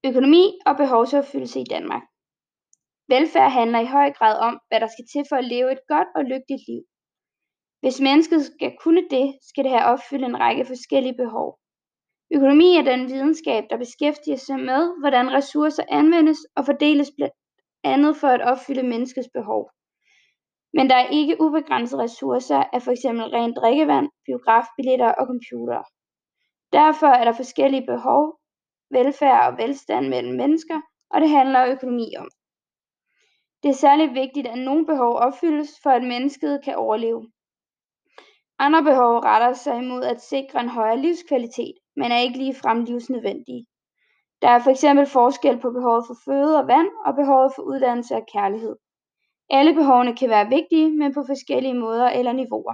Økonomi og behovsopfyldelse i Danmark. Velfærd handler i høj grad om, hvad der skal til for at leve et godt og lykkeligt liv. Hvis mennesket skal kunne det, skal det have opfyldt en række forskellige behov. Økonomi er den videnskab, der beskæftiger sig med, hvordan ressourcer anvendes og fordeles blandt andet for at opfylde menneskets behov. Men der er ikke ubegrænsede ressourcer af f.eks. rent drikkevand, biografbilletter og computere. Derfor er der forskellige behov, velfærd og velstand mellem mennesker, og det handler økonomi om. Det er særligt vigtigt, at nogle behov opfyldes, for at mennesket kan overleve. Andre behov retter sig imod at sikre en højere livskvalitet, men er ikke ligefrem livsnødvendige. Der er f.eks. forskel på behovet for føde og vand og behovet for uddannelse og kærlighed. Alle behovene kan være vigtige, men på forskellige måder eller niveauer.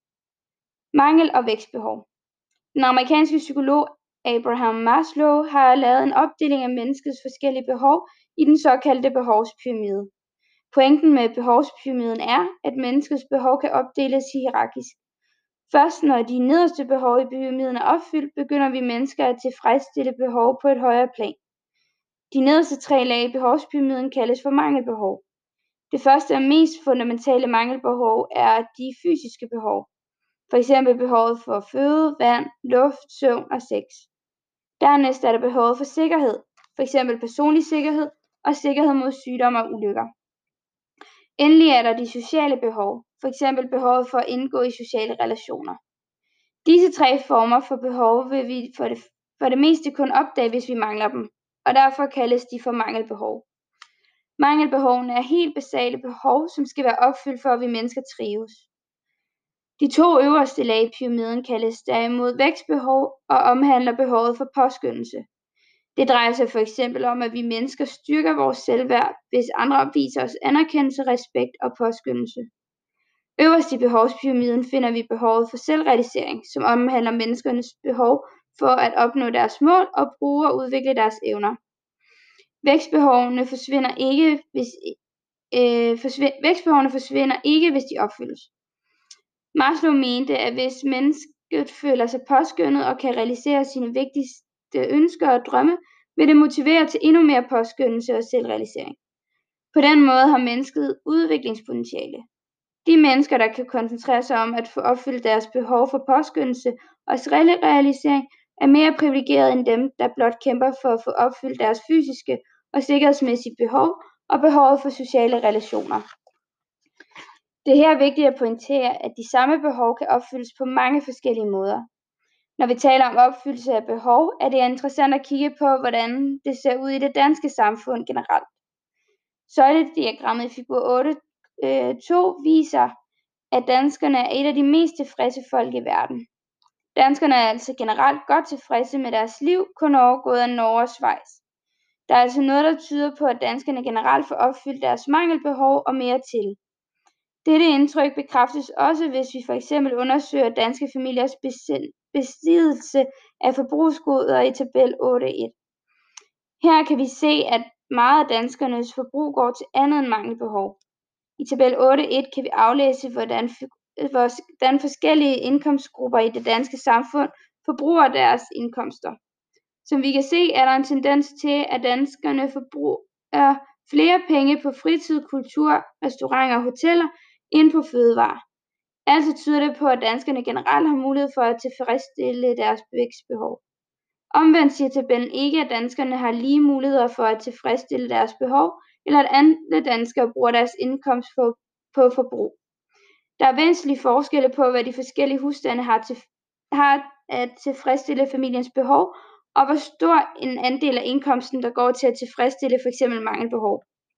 Mangel og vækstbehov. Den amerikanske psykolog Abraham Maslow har lavet en opdeling af menneskets forskellige behov i den såkaldte behovspyramide. Pointen med behovspyramiden er, at menneskets behov kan opdeles hierarkisk. Først når de nederste behov i pyramiden er opfyldt, begynder vi mennesker at tilfredsstille behov på et højere plan. De nederste 3 lag i behovspyramiden kaldes for mangelbehov. Det første og mest fundamentale mangelbehov er de fysiske behov. F.eks. behovet for føde, vand, luft, søvn og sex. Dernæst er der behovet for sikkerhed, f.eks. personlig sikkerhed og sikkerhed mod sygdom og ulykker. Endelig er der de sociale behov, f.eks. behovet for at indgå i sociale relationer. Disse 3 former for behov vil vi for det meste kun opdage, hvis vi mangler dem, og derfor kaldes de for mangelbehov. Mangelbehovene er helt basale behov, som skal være opfyldt for, at vi mennesker trives. De 2 øverste lag i pyramiden kaldes derimod vækstbehov og omhandler behovet for påskønnelse. Det drejer sig f.eks. om, at vi mennesker styrker vores selvværd, hvis andre viser os anerkendelse, respekt og påskønnelse. Øverst i behovspyramiden finder vi behovet for selvrealisering, som omhandler menneskernes behov for at opnå deres mål og bruge og udvikle deres evner. Vækstbehovene forsvinder ikke, hvis de opfyldes. Maslow mente, at hvis mennesket føler sig påskønnet og kan realisere sine vigtigste ønsker og drømme, vil det motivere til endnu mere påskønnelse og selvrealisering. På den måde har mennesket udviklingspotentiale. De mennesker, der kan koncentrere sig om at få opfyldt deres behov for påskønnelse og selvrealisering, er mere privilegerede end dem, der blot kæmper for at få opfyldt deres fysiske og sikkerhedsmæssige behov og behovet for sociale relationer. Det er her vigtigt at pointere, at de samme behov kan opfyldes på mange forskellige måder. Når vi taler om opfyldelse af behov, er det interessant at kigge på, hvordan det ser ud i det danske samfund generelt. Søjlediagrammet i figur 8.2 viser, at danskerne er et af de mest tilfredse folk i verden. Danskerne er altså generelt godt tilfredse med deres liv, kun overgået af Norge og Schweiz. Der er altså noget, der tyder på, at danskerne generelt får opfyldt deres mangelbehov og mere til. Dette indtryk bekræftes også, hvis vi f.eks. undersøger danske familiers besiddelse af forbrugsgoder i tabel 8.1. Her kan vi se, at meget af danskernes forbrug går til andet end mangelbehov. I tabel 8.1 kan vi aflæse, hvordan forskellige indkomstgrupper i det danske samfund forbruger deres indkomster. Som vi kan se, er der en tendens til, at danskerne forbruger flere penge på fritid, kultur, restauranter og hoteller end på fødevarer. Altså tyder det på, at danskerne generelt har mulighed for at tilfredsstille deres vækstbehov. Omvendt siger tabellen ikke, at danskerne har lige muligheder for at tilfredsstille deres behov, eller at andre danskere bruger deres indkomst på forbrug. Der er væsentlige forskelle på, hvad de forskellige husstande har at tilfredsstille familiens behov, og hvor stor en andel af indkomsten, der går til at tilfredsstille f.eks. mangelbehov.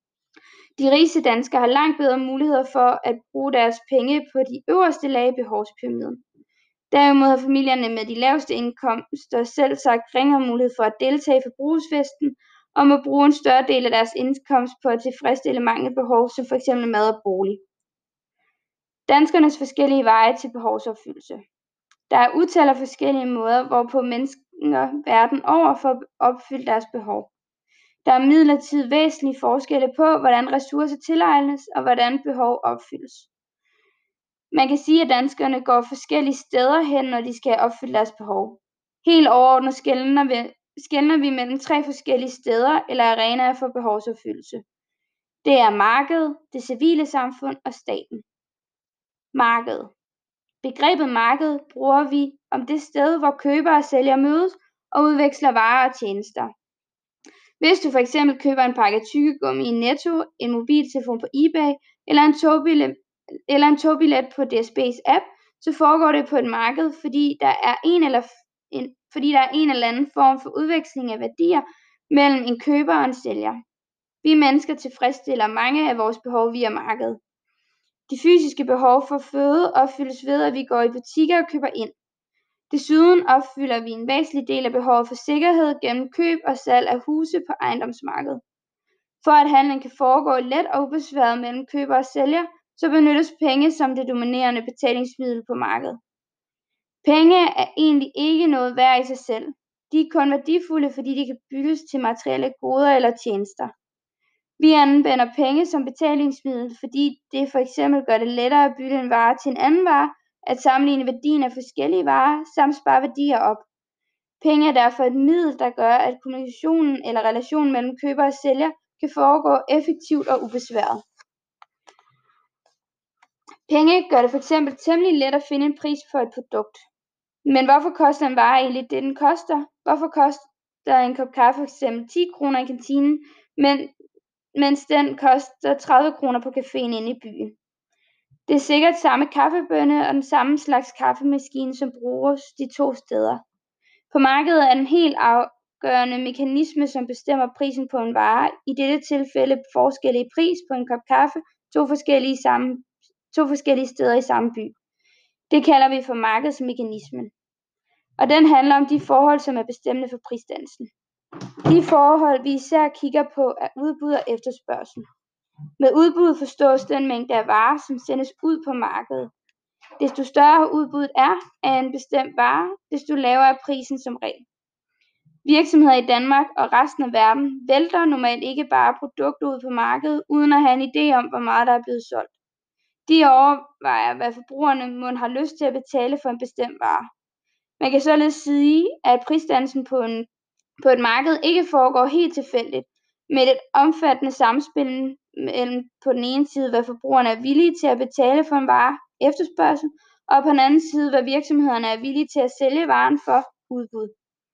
De rigeste danskere har langt bedre muligheder for at bruge deres penge på de øverste lag i behovspyramiden. Derimod har familierne med de laveste indkomster selv sagt ringere mulighed for at deltage i forbrugsfesten og må bruge en større del af deres indkomst på at tilfredsstille mangelbehov, som f.eks. mad og bolig. Danskernes forskellige veje til behovsopfyldelse. Der er utal af forskellige måder, hvorpå mennesker verden over får opfyldt deres behov. Der er imidlertid væsentlige forskelle på, hvordan ressourcer tilegnes og hvordan behov opfyldes. Man kan sige, at danskerne går forskellige steder hen, når de skal opfylde deres behov. Helt overordnet skelner skelner vi mellem 3 forskellige steder eller arenaer for behovsopfyldelse. Det er markedet, det civile samfund og staten. Markedet. Begrebet marked bruger vi om det sted, hvor køber og sælger mødes og udveksler varer og tjenester. Hvis du for eksempel køber en pakke tyggegummi i Netto, en mobiltelefon på eBay eller en togbillet på DSB's app, så foregår det på et marked, fordi der er en eller anden form for udveksling af værdier mellem en køber og en sælger. Vi mennesker tilfredsstiller mange af vores behov via markedet. De fysiske behov for føde opfyldes ved, at vi går i butikker og køber ind. Desuden opfylder vi en væsentlig del af behovet for sikkerhed gennem køb og salg af huse på ejendomsmarkedet. For at handlen kan foregå let og ubesværet mellem køber og sælger, så benyttes penge som det dominerende betalingsmiddel på markedet. Penge er egentlig ikke noget værd i sig selv. De er kun værdifulde, fordi de kan byttes til materielle goder eller tjenester. Vi anvender penge som betalingsmiddel, fordi det for eksempel gør det lettere at bytte en vare til en anden vare, at sammenligne værdien af forskellige varer, samt spare værdier op. Penge er derfor et middel, der gør, at kommunikationen eller relationen mellem køber og sælger kan foregå effektivt og ubesværet. Penge gør det for eksempel temmelig let at finde en pris for et produkt. Men hvorfor koster en vare egentlig det, den koster? Hvorfor koster en kop kaffe for eksempel 10 kroner i kantinen, mens den koster 30 kroner på caféen inde i byen? Det er sikkert samme kaffebønne og den samme slags kaffemaskine, som bruges de to steder. På markedet er den helt afgørende mekanisme, som bestemmer prisen på en vare, i dette tilfælde forskel i pris på en kop kaffe to forskellige steder i samme by. Det kalder vi for markedsmekanismen. Og den handler om de forhold, som er bestemmende for prisdannelsen. De forhold, vi især kigger på, er udbud og efterspørgsel. Med udbud forstås den mængde af varer, som sendes ud på markedet. Desto større udbuddet er af en bestemt vare, desto lavere er prisen som regel. Virksomheder i Danmark og resten af verden vælter normalt ikke bare produkter ud på markedet, uden at have en idé om, hvor meget der er blevet solgt. De overvejer, hvad forbrugerne må have lyst til at betale for en bestemt vare. Man kan således sige, at prisdannelsen på et marked ikke foregår helt tilfældigt, med et omfattende samspil mellem på den ene side, hvad forbrugerne er villige til at betale for en vare, efterspørgsel, og på den anden side, hvad virksomhederne er villige til at sælge varen for, udbud.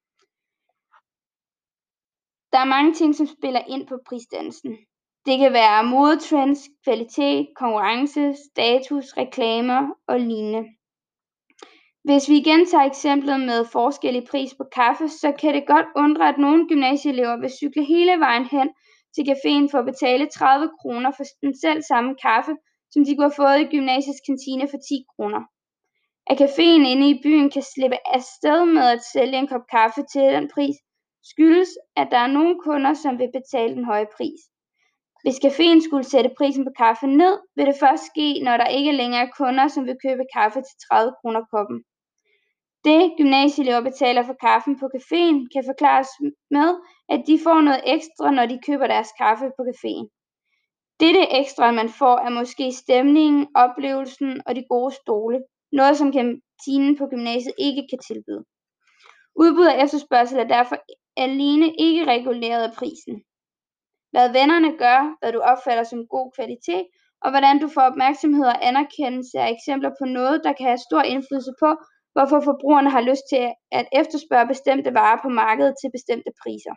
Der er mange ting, som spiller ind på prisdannelsen. Det kan være modetrends, kvalitet, konkurrence, status, reklamer og lignende. Hvis vi igen tager eksemplet med forskel i pris på kaffe, så kan det godt undre, at nogle gymnasieelever vil cykle hele vejen hen til caféen for at betale 30 kroner for den selv samme kaffe, som de kunne have fået i gymnasiets kantine for 10 kroner. At caféen inde i byen kan slippe afsted med at sælge en kop kaffe til den pris, skyldes, at der er nogle kunder, som vil betale den høje pris. Hvis caféen skulle sætte prisen på kaffe ned, vil det først ske, når der ikke længere er kunder, som vil købe kaffe til 30 kroner koppen. Det gymnasieelever betaler for kaffen på caféen kan forklares med, at de får noget ekstra, når de køber deres kaffe på caféen. Dette ekstra, man får, er måske stemningen, oplevelsen og de gode stole, noget som kantinen på gymnasiet ikke kan tilbyde. Udbud og efterspørgsel er derfor alene ikke reguleret af prisen. Lad vennerne gøre, hvad du opfatter som god kvalitet, og hvordan du får opmærksomhed og anerkendelse er eksempler på noget, der kan have stor indflydelse på, hvorfor forbrugerne har lyst til at efterspørge bestemte varer på markedet til bestemte priser.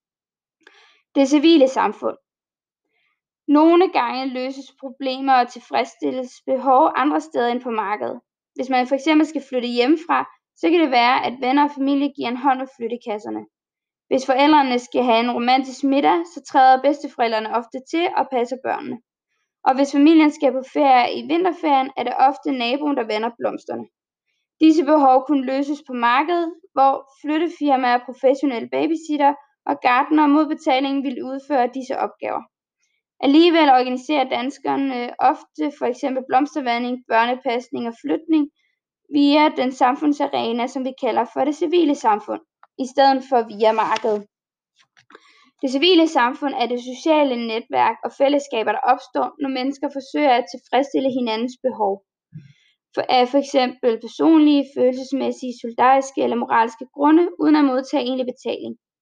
Det civile samfund. Nogle gange løses problemer og tilfredsstilles behov andre steder end på markedet. Hvis man for eksempel skal flytte hjemmefra, så kan det være, at venner og familie giver en hånd med flyttekasserne. Hvis forældrene skal have en romantisk middag, så træder bedsteforældrene ofte til og passer børnene. Og hvis familien skal på ferie i vinterferien, er det ofte naboen, der vender blomsterne. Disse behov kunne løses på markedet, hvor flyttefirmaer, professionelle babysitter og gartnere mod betaling ville udføre disse opgaver. Alligevel organiserer danskerne ofte for eksempel blomstervanding, børnepasning og flytning via den samfundsarena, som vi kalder for det civile samfund, i stedet for via markedet. Det civile samfund er det sociale netværk og fællesskaber, der opstår, når mennesker forsøger at tilfredsstille hinandens behov. For eksempel personlige, følelsesmæssige, solidariske eller moralske grunde, uden at modtage egentlig betaling.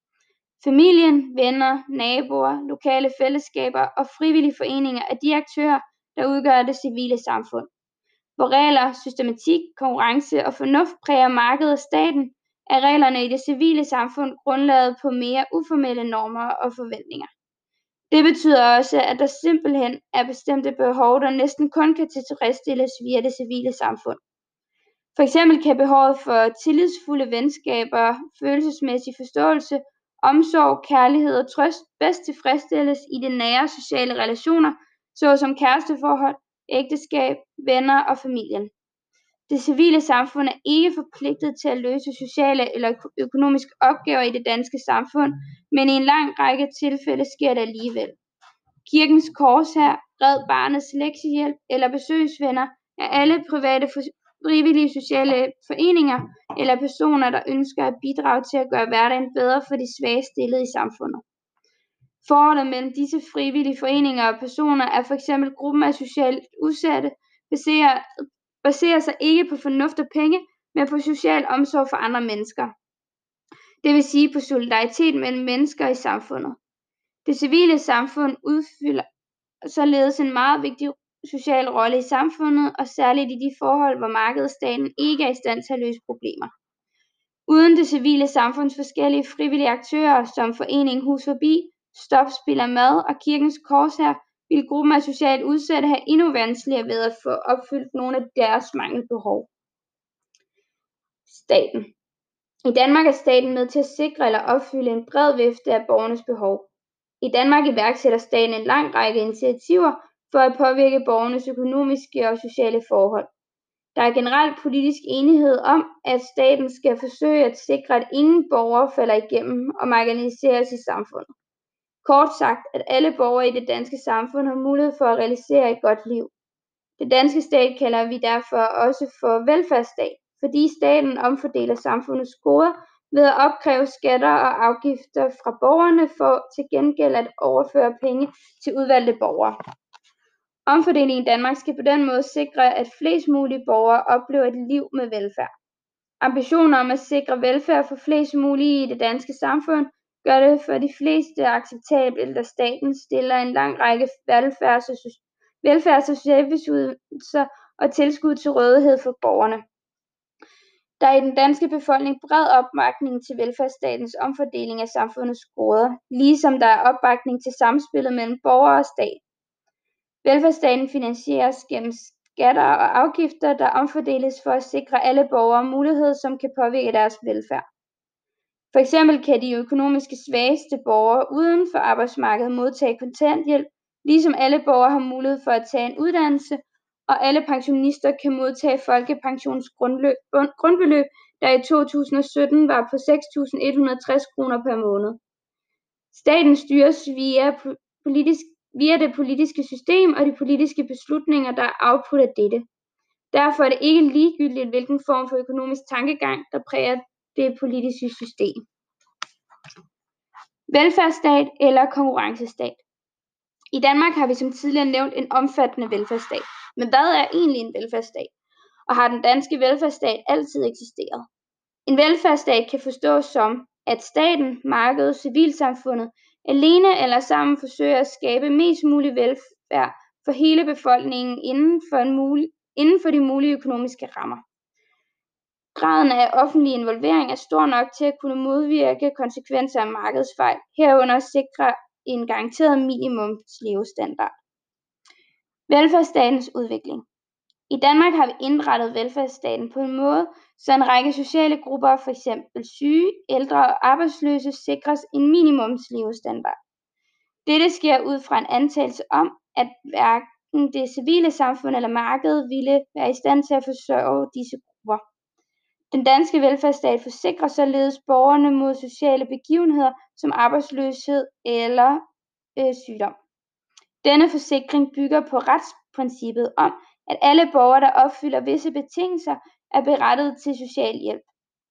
Familien, venner, naboer, lokale fællesskaber og frivillige foreninger er de aktører, der udgør det civile samfund. Hvor regler, systematik, konkurrence og fornuft præger markedet og staten, er reglerne i det civile samfund grundlaget på mere uformelle normer og forventninger. Det betyder også, at der simpelthen er bestemte behov, der næsten kun kan tilfredsstilles via det civile samfund. For eksempel kan behovet for tillidsfulde venskaber, følelsesmæssig forståelse, omsorg, kærlighed og trøst bedst tilfredsstilles i de nære sociale relationer, såsom kæresteforhold, ægteskab, venner og familien. Det civile samfund er ikke forpligtet til at løse sociale eller økonomiske opgaver i det danske samfund, men i en lang række tilfælde sker det alligevel. Kirkens Korshær, Red Barnets lektiehjælp eller besøgsvenner er alle private frivillige sociale foreninger eller personer, der ønsker at bidrage til at gøre hverdagen bedre for de svagt stillede i samfundet. Forholdet mellem disse frivillige foreninger og personer er f.eks. gruppen af socialt udsatte, baserer sig ikke på fornuft og penge, men på social omsorg for andre mennesker. Det vil sige på solidaritet mellem mennesker i samfundet. Det civile samfund udfylder således en meget vigtig social rolle i samfundet, og særligt i de forhold, hvor markedet og staten ikke er i stand til at løse problemer. Uden det civile samfunds forskellige frivillige aktører, som Foreningen Hus Forbi, Stop Spild af Mad og Kirkens Korshær, ville gruppen af socialt udsatte have endnu vanskeligere ved at få opfyldt nogle af deres mangelbehov. Staten. I Danmark er staten med til at sikre eller opfylde en bred vifte af borgernes behov. I Danmark iværksætter staten en lang række initiativer for at påvirke borgernes økonomiske og sociale forhold. Der er generelt politisk enighed om, at staten skal forsøge at sikre, at ingen borgere falder igennem og marginaliseres i samfundet. Kort sagt, at alle borgere i det danske samfund har mulighed for at realisere et godt liv. Det danske stat kalder vi derfor også for velfærdsstat, fordi staten omfordeler samfundets goder ved at opkræve skatter og afgifter fra borgerne for til gengæld at overføre penge til udvalgte borgere. Omfordelingen i Danmark skal på den måde sikre, at flest mulige borgere oplever et liv med velfærd. Ambitionen om at sikre velfærd for flest mulige i det danske samfund gør det for de fleste acceptabelt, at staten stiller en lang række velfærds- og serviceydelser og tilskud til rådighed for borgerne. Der er i den danske befolkning bred opbakning til velfærdsstatens omfordeling af samfundets goder, ligesom der er opbakning til samspillet mellem borgere og stat. Velfærdsstaten finansieres gennem skatter og afgifter, der omfordeles for at sikre alle borgere mulighed, som kan påvirke deres velfærd. For eksempel kan de økonomisk svageste borgere uden for arbejdsmarkedet modtage kontanthjælp, ligesom alle borgere har mulighed for at tage en uddannelse, og alle pensionister kan modtage folkepensionens grundbeløb, der i 2017 var på 6.160 kroner per måned. Staten styres via det politiske system og de politiske beslutninger, der er output af dette. Derfor er det ikke ligegyldigt, hvilken form for økonomisk tankegang, der præger det politiske system. Velfærdsstat eller konkurrencestat. I Danmark har vi som tidligere nævnt en omfattende velfærdsstat. Men hvad er egentlig en velfærdsstat? Og har den danske velfærdsstat altid eksisteret? En velfærdsstat kan forstås som, at staten, markedet, civilsamfundet alene eller sammen forsøger at skabe mest mulig velfærd for hele befolkningen inden for de mulige økonomiske rammer. Graden af offentlig involvering er stor nok til at kunne modvirke konsekvenser af markedsfejl, herunder sikre en garanteret minimumslevestandard. Velfærdsstatens udvikling. I Danmark har vi indrettet velfærdsstaten på en måde, så en række sociale grupper, f.eks. syge, ældre og arbejdsløse, sikres en minimumslevestandard. Dette sker ud fra en antagelse om, at hverken det civile samfund eller markedet ville være i stand til at forsørge disse grupper. Den danske velfærdsstat forsikrer således borgerne mod sociale begivenheder som arbejdsløshed eller sygdom. Denne forsikring bygger på retsprincippet om, at alle borgere, der opfylder visse betingelser, er berettiget til social hjælp.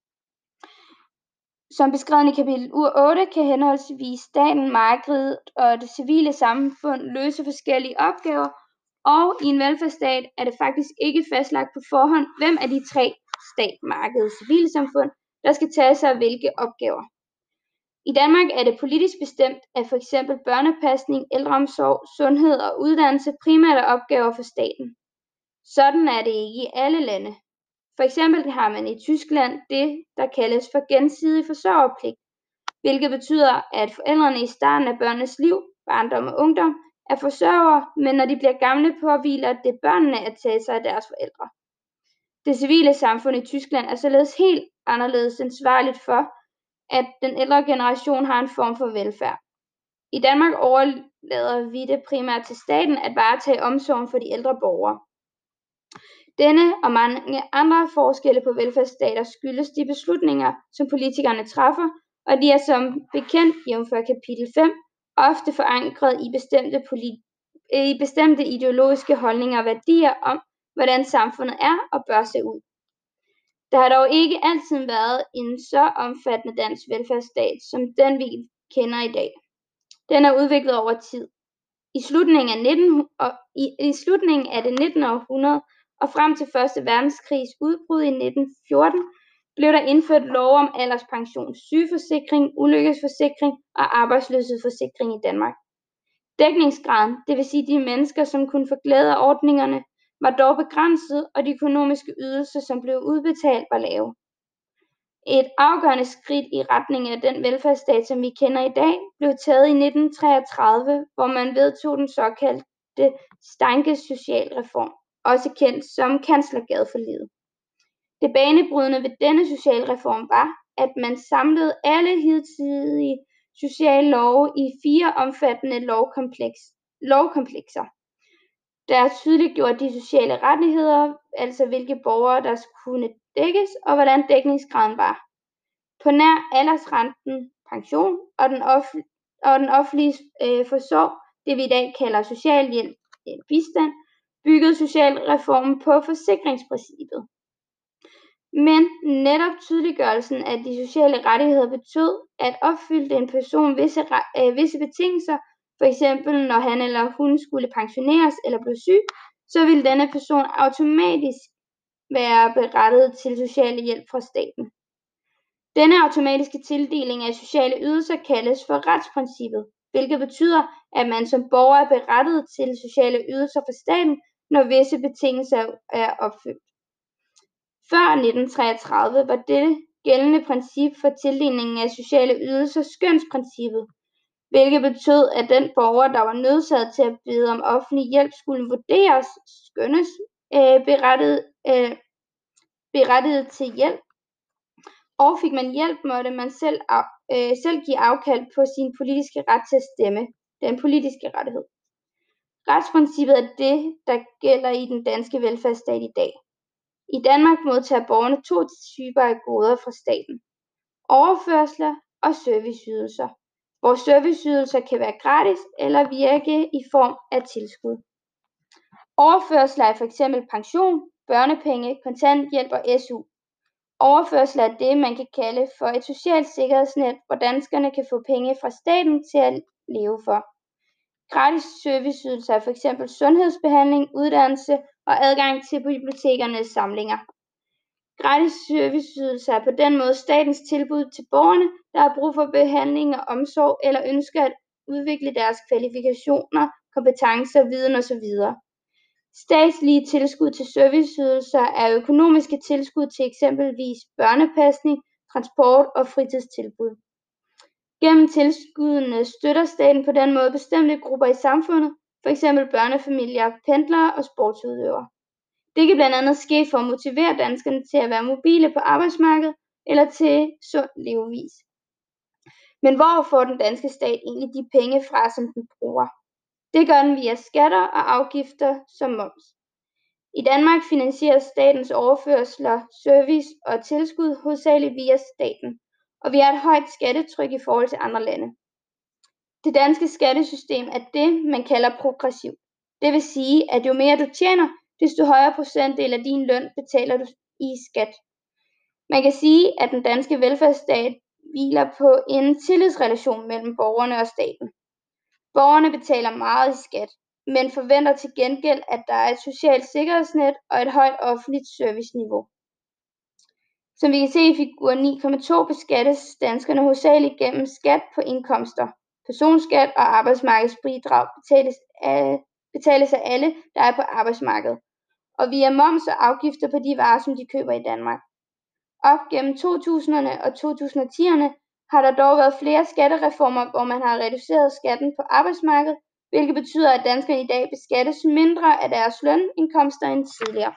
Som beskrevet i kapitel 8 kan henholdsvis staten, markedet og det civile samfund løse forskellige opgaver, og i en velfærdsstat er det faktisk ikke fastlagt på forhånd, hvem af de tre, stat, marked og civilsamfund, der skal tage sig af hvilke opgaver. I Danmark er det politisk bestemt, at for eksempel børnepasning, ældreomsorg, sundhed og uddannelse primært er opgaver for staten. Sådan er det ikke i alle lande. For eksempel har man i Tyskland det, der kaldes for gensidig forsørgerpligt, hvilket betyder, at forældrene i starten af børnenes liv, barndom og ungdom, er forsørgere, men når de bliver gamle, påhviler det børnene at tage sig af deres forældre. Det civile samfund i Tyskland er således helt anderledes ansvarligt for, at den ældre generation har en form for velfærd. I Danmark overlader vi det primært til staten at varetage omsorgen for de ældre borgere. Denne og mange andre forskelle på velfærdsstater skyldes de beslutninger, som politikerne træffer, og de er som bekendt, jævnfør kapitel 5, ofte forankret i bestemte ideologiske holdninger og værdier om, hvordan samfundet er og bør se ud. Der har dog ikke altid været en så omfattende dansk velfærdsstat, som den vi kender i dag. Den er udviklet over tid. I slutningen af det 19. århundrede og frem til 1. verdenskrigs udbrud i 1914 blev der indført lov om alderspension, sygeforsikring, ulykkesforsikring og arbejdsløshedsforsikring i Danmark. Dækningsgraden, det vil sige de mennesker, som kunne få glæde af ordningerne, var dog begrænset, og de økonomiske ydelser, som blev udbetalt, var lave. Et afgørende skridt i retning af den velfærdsstat, som vi kender i dag, blev taget i 1933, hvor man vedtog den såkaldte Steinckes socialreform, også kendt som Kanslergadeforliget. Det banebrydende ved denne socialreform var, at man samlede alle hidtidige sociale love i 4 omfattende lovkomplekser, der tydeliggjorde de sociale rettigheder, altså hvilke borgere der kunne dækkes, og hvordan dækningsgraden var. På nær aldersrenten, pension og den offentlige forsorg, det vi i dag kalder socialhjælp eller bistand, byggede socialreformen på forsikringsprincippet. Men netop tydeliggørelsen af de sociale rettigheder betød, at opfyldte en person visse betingelser, for eksempel når han eller hun skulle pensioneres eller blev syg, så ville denne person automatisk være berettiget til social hjælp fra staten. Denne automatiske tildeling af sociale ydelser kaldes for retsprincippet, hvilket betyder, at man som borger er berettiget til sociale ydelser fra staten, når visse betingelser er opfyldt. Før 1933 var dette gældende princip for tildelingen af sociale ydelser skønsprincippet, hvilket betød, at den borger, der var nødsaget til at bede om offentlig hjælp, skulle vurderes, skønnes, berettiget til hjælp. Og fik man hjælp, måtte man selv give afkald på sin politiske ret til at stemme, den politiske rettighed. Retsprincippet er det, der gælder i den danske velfærdsstat i dag. I Danmark modtager borgerne 2 typer af goder fra staten: overførsler og serviceydelser, hvor serviceydelser kan være gratis eller virke i form af tilskud. Overførsler er f.eks. pension, børnepenge, kontanthjælp og SU. Overførsler er det, man kan kalde for et socialt sikkerhedsnet, hvor danskerne kan få penge fra staten til at leve for. Gratis serviceydelser er f.eks. sundhedsbehandling, uddannelse og adgang til bibliotekernes samlinger. Gratis serviceydelser er på den måde statens tilbud til borgerne, der har brug for behandling og omsorg eller ønsker at udvikle deres kvalifikationer, kompetencer, viden osv. Statslige tilskud til serviceydelser er økonomiske tilskud til eksempelvis børnepasning, transport og fritidstilbud. Gennem tilskuddene støtter staten på den måde bestemte grupper i samfundet, f.eks. børnefamilier, pendlere og sportsudøvere. Det kan blandt andet ske for at motivere danskerne til at være mobile på arbejdsmarkedet eller til sund levevis. Men hvor får den danske stat egentlig de penge fra, som den bruger? Det gør den via skatter og afgifter som moms. I Danmark finansieres statens overførsler, service og tilskud hovedsageligt via staten, og vi har et højt skattetryk i forhold til andre lande. Det danske skattesystem er det, man kalder progressivt. Det vil sige, at jo mere du tjener, desto højere procentdel af din løn betaler du i skat. Man kan sige, at den danske velfærdsstat hviler på en tillidsrelation mellem borgerne og staten. Borgerne betaler meget i skat, men forventer til gengæld, at der er et socialt sikkerhedsnet og et højt offentligt serviceniveau. Som vi kan se i figur 9,2 beskattes danskerne hovedsageligt gennem skat på indkomster. Personskat og arbejdsmarkedsbidrag betales af alle, der er på arbejdsmarkedet, og via moms og afgifter på de varer, som de køber i Danmark. Op gennem 2000'erne og 2010'erne har der dog været flere skattereformer, hvor man har reduceret skatten på arbejdsmarkedet, hvilket betyder, at danskerne i dag beskattes mindre af deres lønindkomster end tidligere.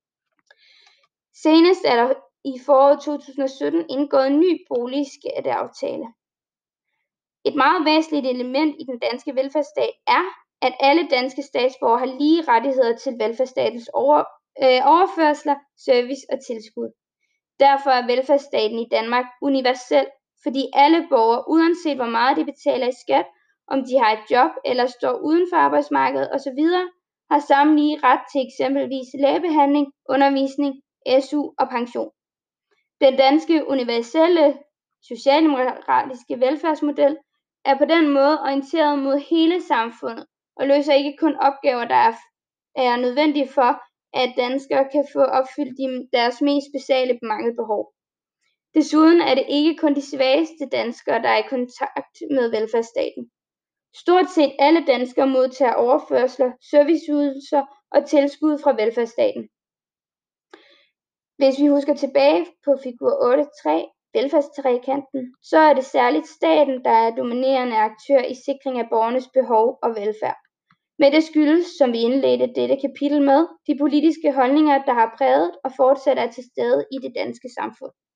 Senest er der i foråret 2017 indgået en ny boligskatteaftale. Et meget væsentligt element i den danske velfærdsstat er, at alle danske statsborgere har lige rettigheder til velfærdsstatens overførsler, service og tilskud. Derfor er velfærdsstaten i Danmark universel, fordi alle borgere, uanset hvor meget de betaler i skat, om de har et job eller står uden for arbejdsmarkedet osv., har samme lige ret til eksempelvis lægebehandling, undervisning, SU og pension. Den danske universelle socialdemokratiske velfærdsmodel er på den måde orienteret mod hele samfundet og løser ikke kun opgaver, der er nødvendige for, at danskere kan få opfyldt deres mest basale mangelbehov. Desuden er det ikke kun de svageste danskere, der er i kontakt med velfærdsstaten. Stort set alle danskere modtager overførsler, serviceydelser og tilskud fra velfærdsstaten. Hvis vi husker tilbage på figur 8.3, velfærdstrekanten, så er det særligt staten, der er dominerende aktør i sikring af borgernes behov og velfærd. Men det skyldes, som vi indledte dette kapitel med, de politiske holdninger, der har præget og fortsat er til stede i det danske samfund.